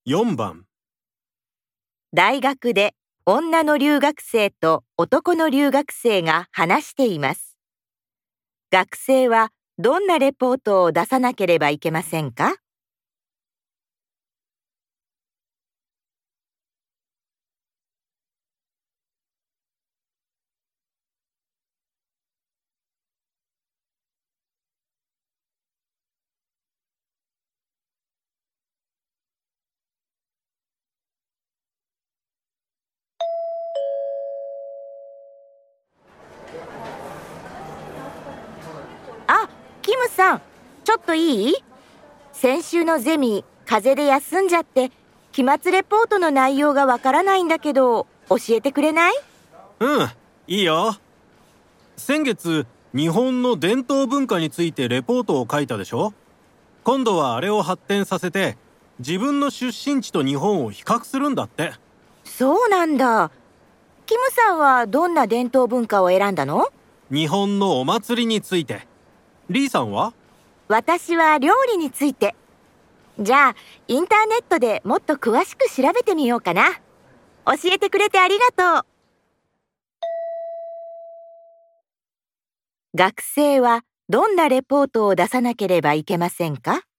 4番。 大学で女の留学生と男の留学生が話しています。学生はどんなレポートを出さなければいけませんか？あ、キムさん、ちょっといい？先週のゼミ、風邪で休んじゃって、期末レポートの内容がわからないんだけど、教えてくれない？ いいよ。先月、日本の伝統文化についてレポートを書いたでしょ。今度はあれを発展させて、自分の出身地と日本を比較するんだって。 そうなんだ。キムさんはどんな伝統文化を選んだの？ 日本のお祭りについて。リーさんは？ 私は料理について。じゃあ、インターネットでもっと詳しく調べてみようかな。教えてくれてありがとう。学生はどんなレポートを出さなければいけませんか？